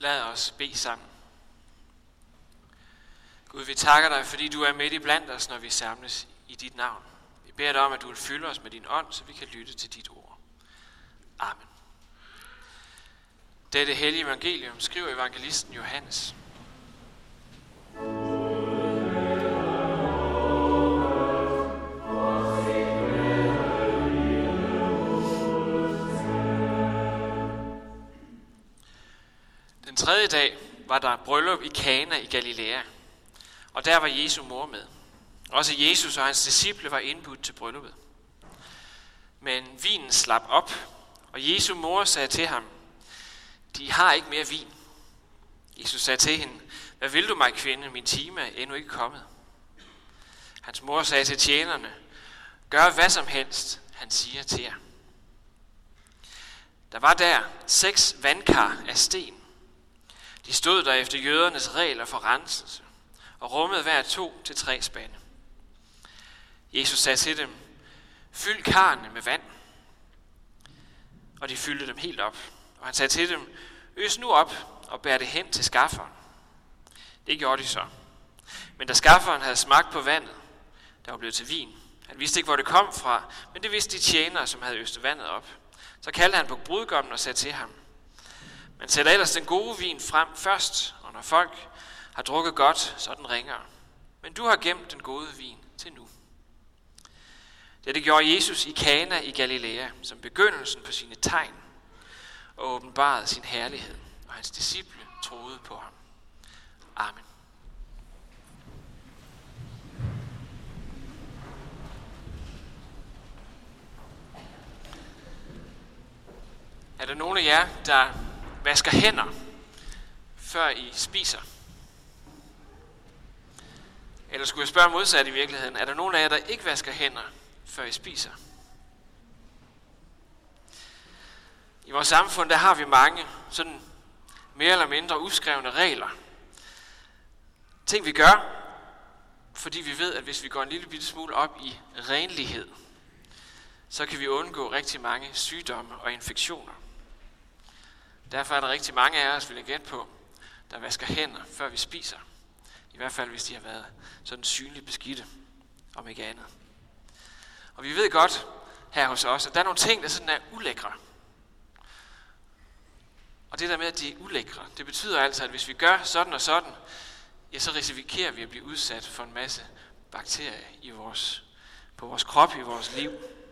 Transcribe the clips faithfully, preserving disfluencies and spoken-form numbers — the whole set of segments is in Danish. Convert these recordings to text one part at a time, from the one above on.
Lad os bede sammen. Gud, vi takker dig, fordi du er midt i blandt os, når vi samles i dit navn. Vi beder dig om, at du vil fylde os med din ånd, så vi kan lytte til dit ord. Amen. Dette hellige evangelium skriver evangelisten Johannes. Den tredje dag var der bryllup i Kana i Galilea, og der var Jesu mor med. Også Jesus og hans disciple var indbudt til brylluppet. Men vinen slap op, og Jesu mor sagde til ham, de har ikke mere vin. Jesus sagde til hende, hvad vil du mig, kvinde, min time er endnu ikke kommet. Hans mor sagde til tjenerne, gør hvad som helst, han siger til jer. Der var der seks vandkar af sten. De stod der efter jødernes regler for renselse, og rummede hver to til tre spande. Jesus sagde til dem, fyld karrene med vand. Og de fyldte dem helt op. Og han sagde til dem, øs nu op og bær det hen til skafferen. Det gjorde de så. Men da skafferen havde smagt på vandet, der var blevet til vin, han vidste ikke, hvor det kom fra, men det vidste de tjenere, som havde østet vandet op. Så kaldte han på brudgommen og sagde til ham, man sætter ellers den gode vin frem først, og når folk har drukket godt, så er den ringere. Men du har gemt den gode vin til nu. Dette gjorde Jesus i Kana i Galilea, som begyndelsen på sine tegn, og åbenbarede sin herlighed, og hans disciple troede på ham. Amen. Er der nogen af jer, der vasker hænder, før I spiser? Eller skulle jeg spørge modsat i virkeligheden, er der nogen af jer, der ikke vasker hænder, før I spiser? I vores samfund, der har vi mange sådan mere eller mindre uskrevne regler. Ting vi gør, fordi vi ved, at hvis vi går en lille bitte smule op i renlighed, så kan vi undgå rigtig mange sygdomme og infektioner. Derfor er der rigtig mange af os, vil jeg gætte på, der vasker hænder, før vi spiser. I hvert fald, hvis de har været sådan synligt beskidte, om ikke andet. Og vi ved godt her hos os, at der er nogle ting, der sådan er ulækre. Og det der med, at de er ulækre, det betyder altså, at hvis vi gør sådan og sådan, ja, så risikerer vi at blive udsat for en masse bakterier i vores, på vores krop, i vores liv.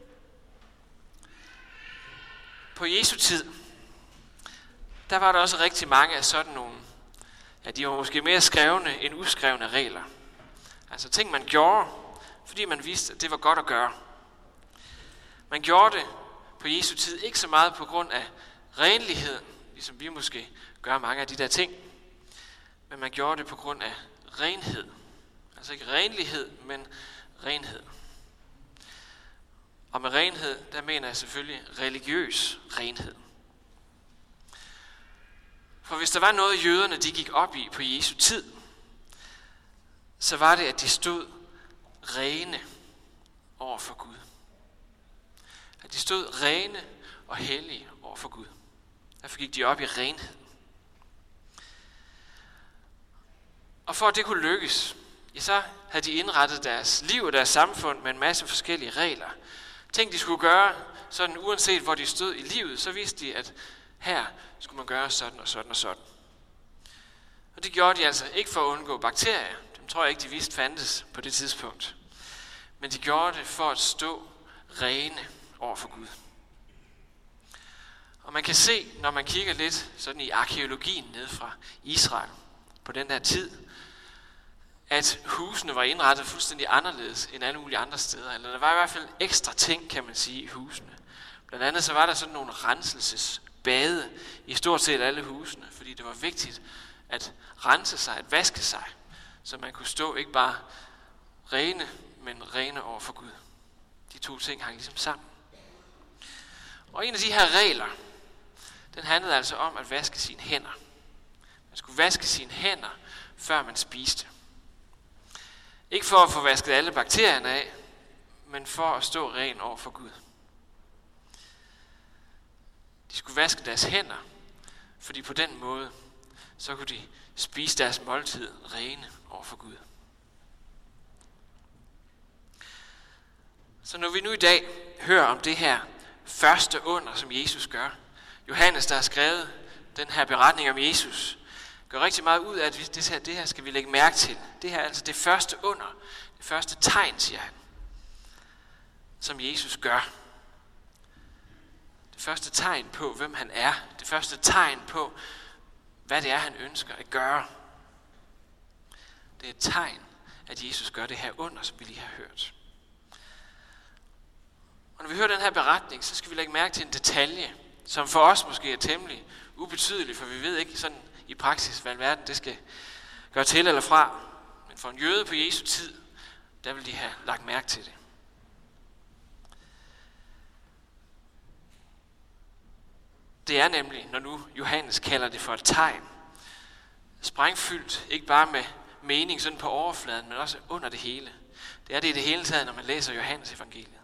På Jesu tid, der var der også rigtig mange af sådan nogle, ja, de var måske mere skrevne end uskrevne regler. Altså ting, man gjorde, fordi man vidste, at det var godt at gøre. Man gjorde det på Jesu tid ikke så meget på grund af renligheden, ligesom vi måske gør mange af de der ting, men man gjorde det på grund af renhed. Altså ikke renlighed, men renhed. Og med renhed, der mener jeg selvfølgelig religiøs renhed. For hvis der var noget, jøderne de gik op i på Jesu tid, så var det, at de stod rene over for Gud. At de stod rene og hellige over for Gud. Derfor gik de op i renhed. Og for at det kunne lykkes, ja, så havde de indrettet deres liv og deres samfund med en masse forskellige regler. Ting, de skulle gøre, sådan uanset hvor de stod i livet, så vidste de, at her skulle man gøre sådan og sådan og sådan. Og det gjorde de altså ikke for at undgå bakterier. Dem tror jeg ikke, de vidste fandtes på det tidspunkt. Men de gjorde det for at stå rene over for Gud. Og man kan se, når man kigger lidt sådan i arkæologien ned fra Israel på den der tid, at husene var indrettet fuldstændig anderledes end alle mulige andre steder. Eller der var i hvert fald ekstra ting, kan man sige, i husene. Blandt andet så var der sådan nogle renselsesbade i stort set alle husene, fordi det var vigtigt at rense sig, at vaske sig, så man kunne stå ikke bare rene, men rene over for Gud. De to ting hang ligesom sammen. Og en af de her regler, den handlede altså om at vaske sine hænder. Man skulle vaske sine hænder, før man spiste. Ikke for at få vasket alle bakterierne af, men for at stå ren over for Gud. De skulle vaske deres hænder, fordi på den måde, så kunne de spise deres måltid rene over for Gud. Så når vi nu i dag hører om det her første under, som Jesus gør, Johannes, der har skrevet den her beretning om Jesus, gør rigtig meget ud af, at det her, det her skal vi lægge mærke til. Det her er altså det første under, det første tegn, siger han, som Jesus gør. Det første tegn på, hvem han er. Det første tegn på, hvad det er, han ønsker at gøre. Det er et tegn, at Jesus gør det her under, som vi lige har hørt. Og når vi hører den her beretning, så skal vi lægge mærke til en detalje, som for os måske er temmelig ubetydelig, for vi ved ikke sådan i praksis, hvad verden det skal gøre til eller fra. Men for en jøde på Jesu tid, der vil de have lagt mærke til det. Det er nemlig, når nu Johannes kalder det for et tegn, sprængfyldt, ikke bare med mening sådan på overfladen, men også under det hele. Det er det i det hele taget, når man læser Johannes evangeliet.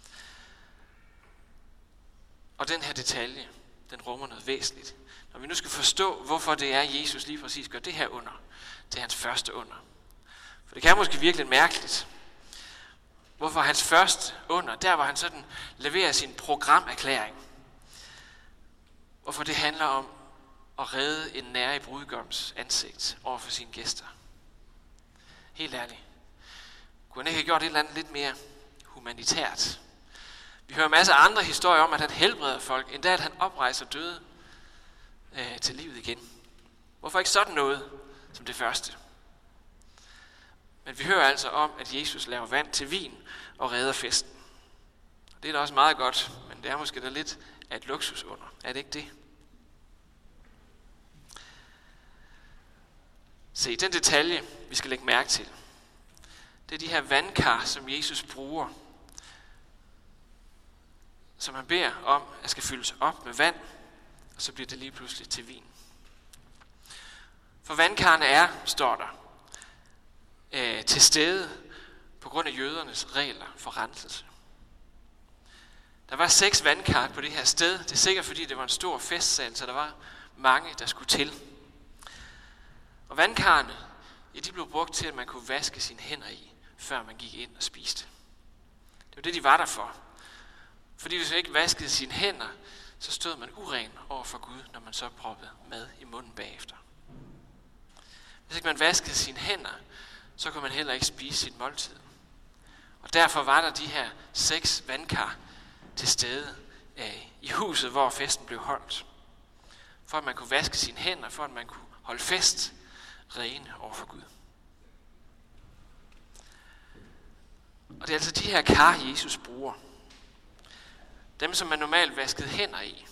Og den her detalje, den rummer noget væsentligt. Når vi nu skal forstå, hvorfor det er, Jesus lige præcis gør det her under, det er hans første under. For det kan måske virke lidt mærkeligt. Hvorfor hans første under, der hvor han sådan leverer sin programerklæring. Hvorfor det handler om at redde en nære brudgoms ansigt over for sine gæster. Helt ærligt. Kunne han ikke have gjort et eller andet lidt mere humanitært? Vi hører masser af andre historier om, at han helbreder folk, endda at han oprejser døde øh, til livet igen. Hvorfor ikke sådan noget som det første? Men vi hører altså om, at Jesus laver vand til vin og redder festen. Det er da også meget godt, men det er måske da lidt af et luksusunder. Er det ikke det? Se, den detalje, vi skal lægge mærke til, det er de her vandkar, som Jesus bruger, som han beder om, at skal fyldes op med vand, og så bliver det lige pludselig til vin. For vandkarrene er, står der, øh, til stede på grund af jødernes regler for renselse. Der var seks vandkar på det her sted. Det er sikkert, fordi det var en stor festsal, så der var mange, der skulle til. Og vandkarrene, ja, de blev brugt til, at man kunne vaske sine hænder i, før man gik ind og spiste. Det var det, de var der for. Fordi hvis man ikke vaskede sine hænder, så stod man uren over for Gud, når man så proppede mad i munden bagefter. Hvis ikke man vaskede sine hænder, så kunne man heller ikke spise sit måltid. Og derfor var der de her seks vandkar til stede øh, i huset, hvor festen blev holdt. For at man kunne vaske sine hænder, for at man kunne holde fest rene over for Gud. Og det er altså de her kar, Jesus bruger. Dem, som man normalt vaskede hænder i.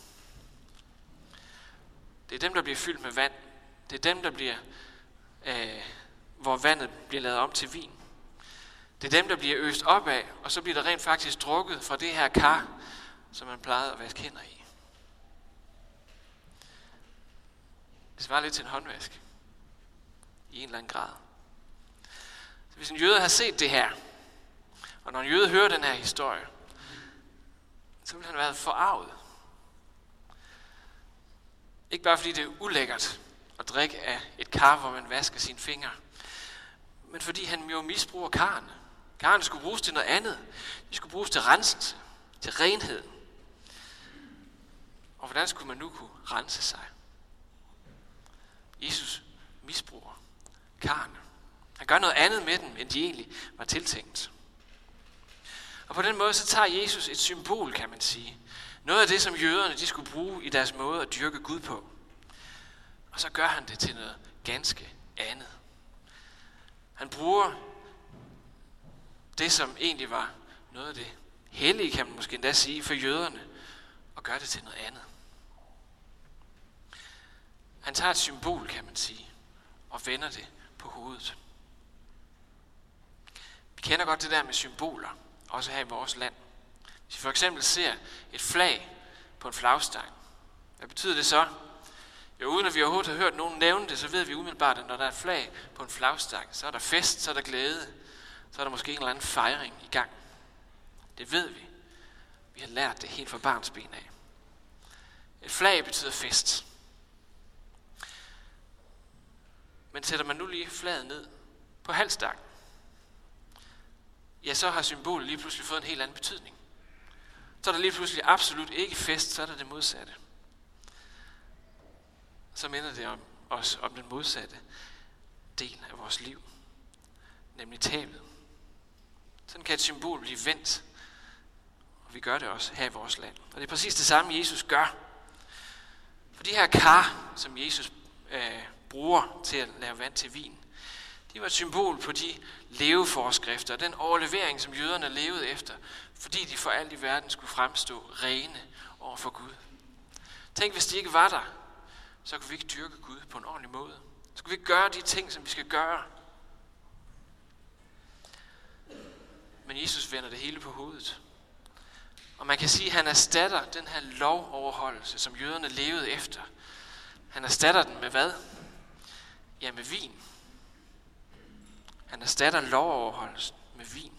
Det er dem, der bliver fyldt med vand. Det er dem, der bliver, øh, hvor vandet bliver lavet om til vin. Det er dem, der bliver øst op af, og så bliver der rent faktisk drukket fra det her kar, som man plejede at vaske hænder i. Det svarer lidt til en håndvask. I en eller anden grad. Så hvis en jøde har set det her, og når en jøde hører den her historie, så vil han være forarvet. Ikke bare fordi det er ulækkert at drikke af et kar, hvor man vasker sine fingre, men fordi han jo misbruger karrene. Karrene skulle bruges til noget andet. De skulle bruges til renselse, til renhed. Og hvordan skulle man nu kunne rense sig? Jesus misbruger karrene. Han gør noget andet med dem, end de egentlig var tiltænkt. Og på den måde så tager Jesus et symbol, kan man sige. Noget af det, som jøderne de skulle bruge i deres måde at dyrke Gud på. Og så gør han det til noget ganske andet. Han bruger det, som egentlig var noget af det hellige, kan man måske endda sige, for jøderne, og gør det til noget andet. Han tager et symbol, kan man sige, og vender det på hovedet. Vi kender godt det der med symboler, også her i vores land. Hvis vi for eksempel ser et flag på en flagstang, hvad betyder det så? Jo, uden at vi overhovedet har hørt nogen nævne det, så ved vi umiddelbart, at når der er et flag på en flagstang, så er der fest, så er der glæde, så er der måske en eller anden fejring i gang. Det ved vi. Vi har lært det helt fra barnsben af. Et flag betyder fest. Men sætter man nu lige flaget ned på halvstakken, ja, så har symbolet lige pludselig fået en helt anden betydning. Så er der lige pludselig absolut ikke fest, så er der det modsatte. Så minder det om os om den modsatte del af vores liv, nemlig tabet. Sådan kan et symbol blive vendt, og vi gør det også her i vores land. Og det er præcis det samme, Jesus gør. For de her kar, som Jesus øh, bruger til at lave vand til vin, de var et symbol på de leveforskrifter, den overlevering, som jøderne levede efter, fordi de for alt i verden skulle fremstå rene over for Gud. Tænk, hvis de ikke var der, så kunne vi ikke dyrke Gud på en ordentlig måde. Så kunne vi ikke gøre de ting, som vi skal gøre. Men Jesus vender det hele på hovedet. Og man kan sige, at han erstatter den her lovoverholdelse, som jøderne levede efter. Han erstatter den med hvad? Ja, med vin. Han erstatter lovoverholdelsen med vin.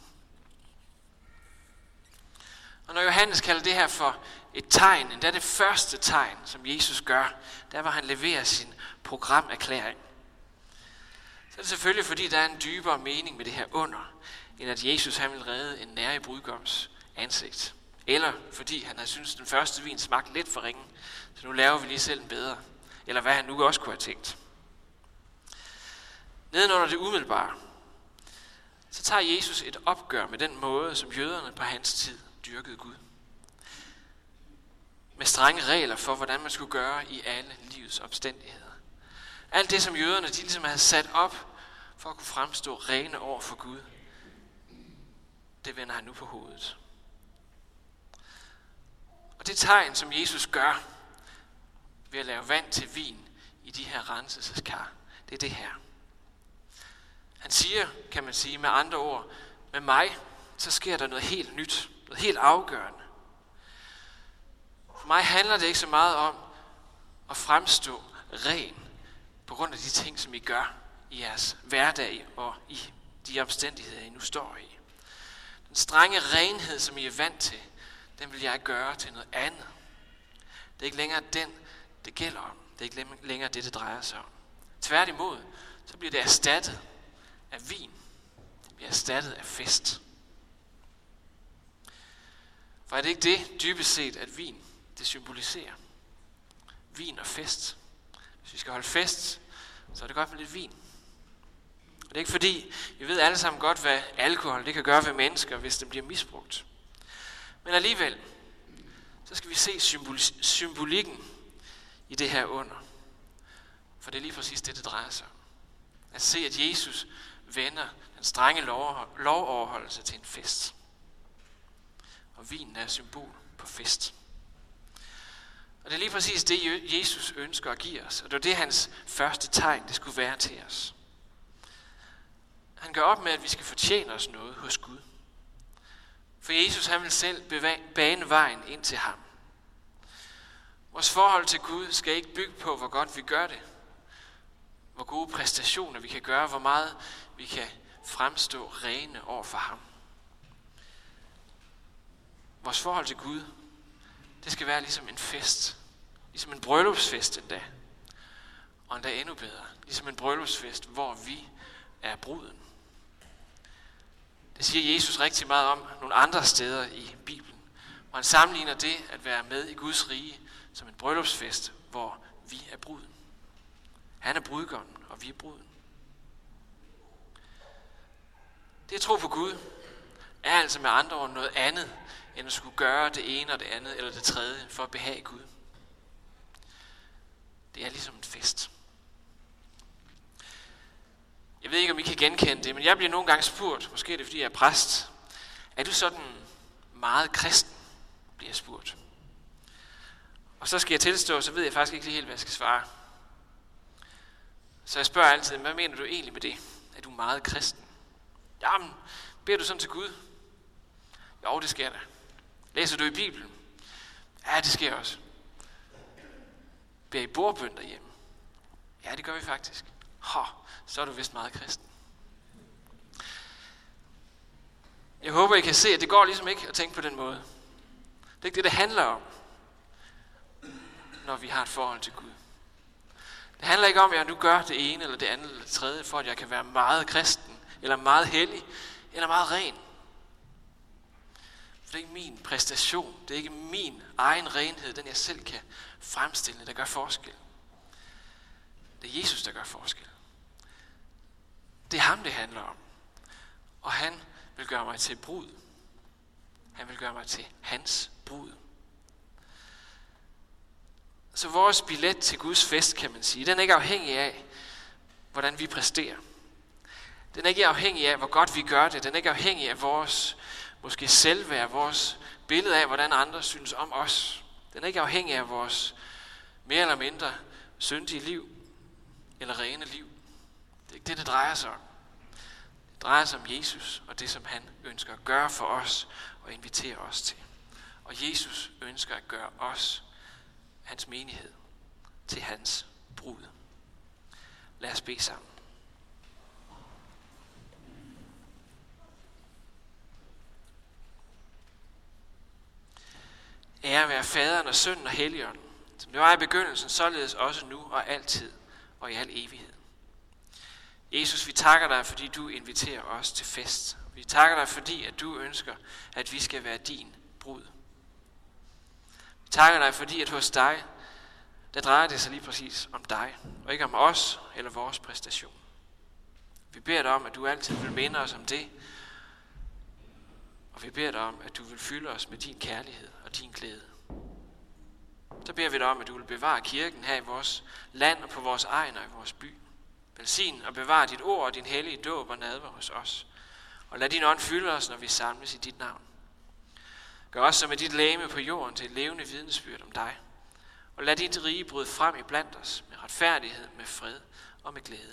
Og når Johannes kalder det her for et tegn, endda det første tegn, som Jesus gør, der hvor han leverer sin programerklæring, så er det selvfølgelig, fordi der er en dybere mening med det her under, end at Jesus han vil redde en nære brudgoms ansigt. Eller fordi han har syntes, at den første vin smagte lidt for ringe, så nu laver vi lige selv en bedre. Eller hvad han nu også kunne have tænkt. Nedenunder det umiddelbare, så tager Jesus et opgør med den måde, som jøderne på hans tid dyrkede Gud. Med strenge regler for, hvordan man skulle gøre i alle livets omstændigheder. Alt det, som jøderne de ligesom havde sat op for at kunne fremstå rene over for Gud, det vender han nu på hovedet. Og det tegn, som Jesus gør ved at lave vand til vin i de her renselseskar, det er det her. Han siger, kan man sige med andre ord, med mig, så sker der noget helt nyt, noget helt afgørende. For mig handler det ikke så meget om at fremstå ren på grund af de ting, som I gør i jeres hverdag og i de omstændigheder, I nu står i. Den strenge renhed, som I er vant til, den vil jeg gøre til noget andet. Det er ikke længere den, det gælder om. Det er ikke længere det, det drejer sig om. Tværtimod, så bliver det erstattet af vin. Det bliver erstattet af fest. For er det ikke det, dybest set, at vin, det symboliserer? Vin og fest. Hvis vi skal holde fest, så er det godt med lidt vin. Og det er ikke fordi, vi ved alle sammen godt, hvad alkohol det kan gøre ved mennesker, hvis det bliver misbrugt. Men alligevel, så skal vi se symbolikken i det her under. For det er lige præcis det, det drejer sig om. At se, at Jesus vender den strenge lovoverholdelse til en fest. Og vinen er et symbol på fest. Og det er lige præcis det, Jesus ønsker at give os. Og det er det, hans første tegn, det skulle være til os. Han gør op med, at vi skal fortjene os noget hos Gud. For Jesus, han vil selv bane vejen ind til ham. Vores forhold til Gud skal ikke bygge på, hvor godt vi gør det. Hvor gode præstationer vi kan gøre, hvor meget vi kan fremstå rene over for ham. Vores forhold til Gud, det skal være ligesom en fest. Ligesom en bryllupsfest endda. Og endda endnu bedre. Ligesom en bryllupsfest, hvor vi er bruden. Det siger Jesus rigtig meget om nogle andre steder i Bibelen. Hvor han sammenligner det at være med i Guds rige som en bryllupsfest, hvor vi er bruden. Han er brudgommen, og vi er bruden. Det at tro på Gud er altså med andre ord noget andet, end at skulle gøre det ene og det andet, eller det tredje, for at behage Gud. Det er ligesom en fest. Jeg ved ikke, om I kan genkende det, men jeg bliver nogle gange spurgt, måske er det fordi jeg er præst, er du sådan meget kristen, bliver jeg spurgt. Og så skal jeg tilstå, så ved jeg faktisk ikke helt, hvad jeg skal svare. Så jeg spørger altid, hvad mener du egentlig med det? Er du meget kristen? Jamen, beder du sådan til Gud? Jo, det sker da. Læser du i Bibelen? Ja, det sker også. Beder I bordbøn derhjemme? Ja, det gør vi faktisk. Ho, så er du vist meget kristen. Jeg håber, I kan se, at det går ligesom ikke at tænke på den måde. Det er ikke det, det handler om, når vi har et forhold til Gud. Det handler ikke om, at jeg nu gør det ene eller det andet eller det tredje, for at jeg kan være meget kristen, eller meget hellig, eller meget ren. For det er ikke min præstation, det er ikke min egen renhed, den jeg selv kan fremstille, der gør forskel. Det er Jesus, der gør forskel. Det er ham, det handler om. Og han vil gøre mig til brud. Han vil gøre mig til hans brud. Så vores billet til Guds fest, kan man sige, den er ikke afhængig af, hvordan vi præsterer. Den er ikke afhængig af, hvor godt vi gør det. Den er ikke afhængig af vores måske selvværd, vores billede af, hvordan andre synes om os. Den er ikke afhængig af vores mere eller mindre syndige liv eller rene liv. Det er ikke det, det drejer sig om. Det drejer sig om Jesus og det, som han ønsker at gøre for os og invitere os til. Og Jesus ønsker at gøre os, hans menighed, til hans brud. Lad os bede sammen. Ære være faderen og sønnen og helligånden, som det var i begyndelsen, således også nu og altid og i al evighed. Jesus, vi takker dig, fordi du inviterer os til fest. Vi takker dig, fordi at du ønsker, at vi skal være din brud. Vi takker dig, fordi at hos dig, der drejer det sig lige præcis om dig, og ikke om os eller vores præstation. Vi beder dig om, at du altid vil minde os om det, og vi beder dig om, at du vil fylde os med din kærlighed og din glæde. Så beder vi dig om, at du vil bevare kirken her i vores land og på vores egen og i vores by. Velsign og bevare dit ord og din hellige dåb og nadver hos os. Og lad din ånd fylde os, når vi samles i dit navn. Gør os så med dit legeme på jorden til et levende vidnesbyrd om dig. Og lad dit rige bryde frem i blandt os med retfærdighed, med fred og med glæde.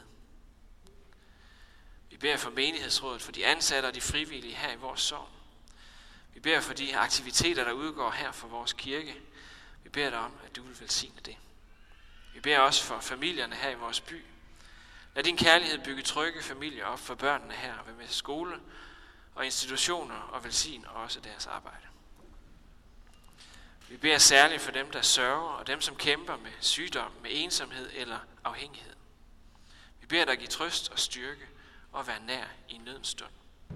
Vi beder for menighedsrådet, for de ansatte og de frivillige her i vores sogn. Vi beder for de aktiviteter, der udgår her for vores kirke. Vi beder dig om, at du vil velsigne det. Vi beder også for familierne her i vores by. Lad din kærlighed bygge trygge familier op for børnene her og med skole og institutioner og velsign også deres arbejde. Vi beder særligt for dem, der sørger og dem, som kæmper med sygdom, med ensomhed eller afhængighed. Vi beder dig give trøst og styrke og være nær i nødens stund.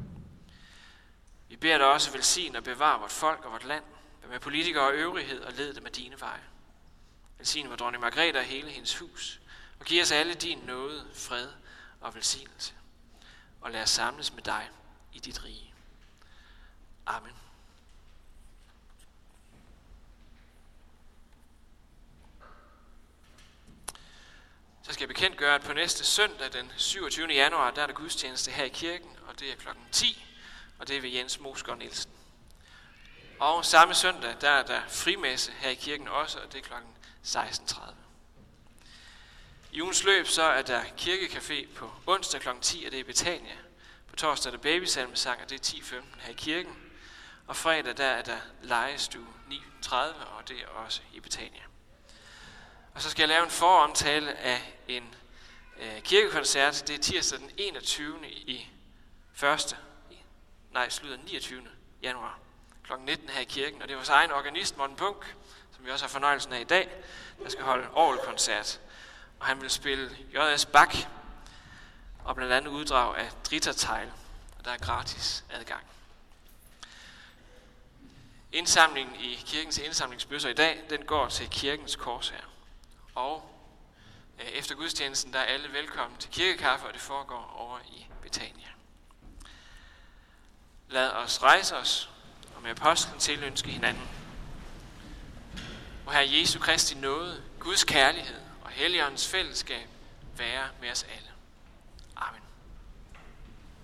Vi beder dig også velsigne og bevare vort folk og vort land, med politikere og øvrighed og led dem med dine veje. Velsigne vor dronning Margrethe og hele hendes hus, og giv os alle din nåde, fred og velsignelse. Og lad os samles med dig i dit rige. Amen. Så skal jeg bekendtgøre, at på næste søndag, den syvogtyvende januar, der er der gudstjeneste her i kirken, og det er klokken ti, og det er ved Jens Mosgaard Nielsen. Og samme søndag, der er der frimesse her i kirken også, og det er klokken seksten tredive. I ugens løb så er der kirkecafé på onsdag klokken ti, og det er i Betania. På torsdag er der babysalmesang, og det er ti femten her i kirken. Og fredag der er der legestue ni tredive, og det er også i Betania. Og så skal jeg lave en foromtale af en øh, kirkekoncert. Det er tirsdag den enogtyvende i første, nej, slutter niogtyvende januar klokken nitten her i kirken. Og det er vores egen organist, Morten Punk, som vi også har fornøjelsen af i dag, der skal holde orgelkoncert. Og han vil spille J S Bach og blandt andet uddrag af Dritterteil, og der er gratis adgang. Indsamlingen i kirkens indsamlingsbøsser i dag, den går til kirkens korshær. Og øh, efter gudstjenesten, der er alle velkommen til kirkekaffe, og det foregår over i Betania. Lad os rejse os og med apostlen tilønske hinanden. Og Herre Jesu Kristi nåde, Guds kærlighed og Helligåndens fællesskab være med os alle. Amen.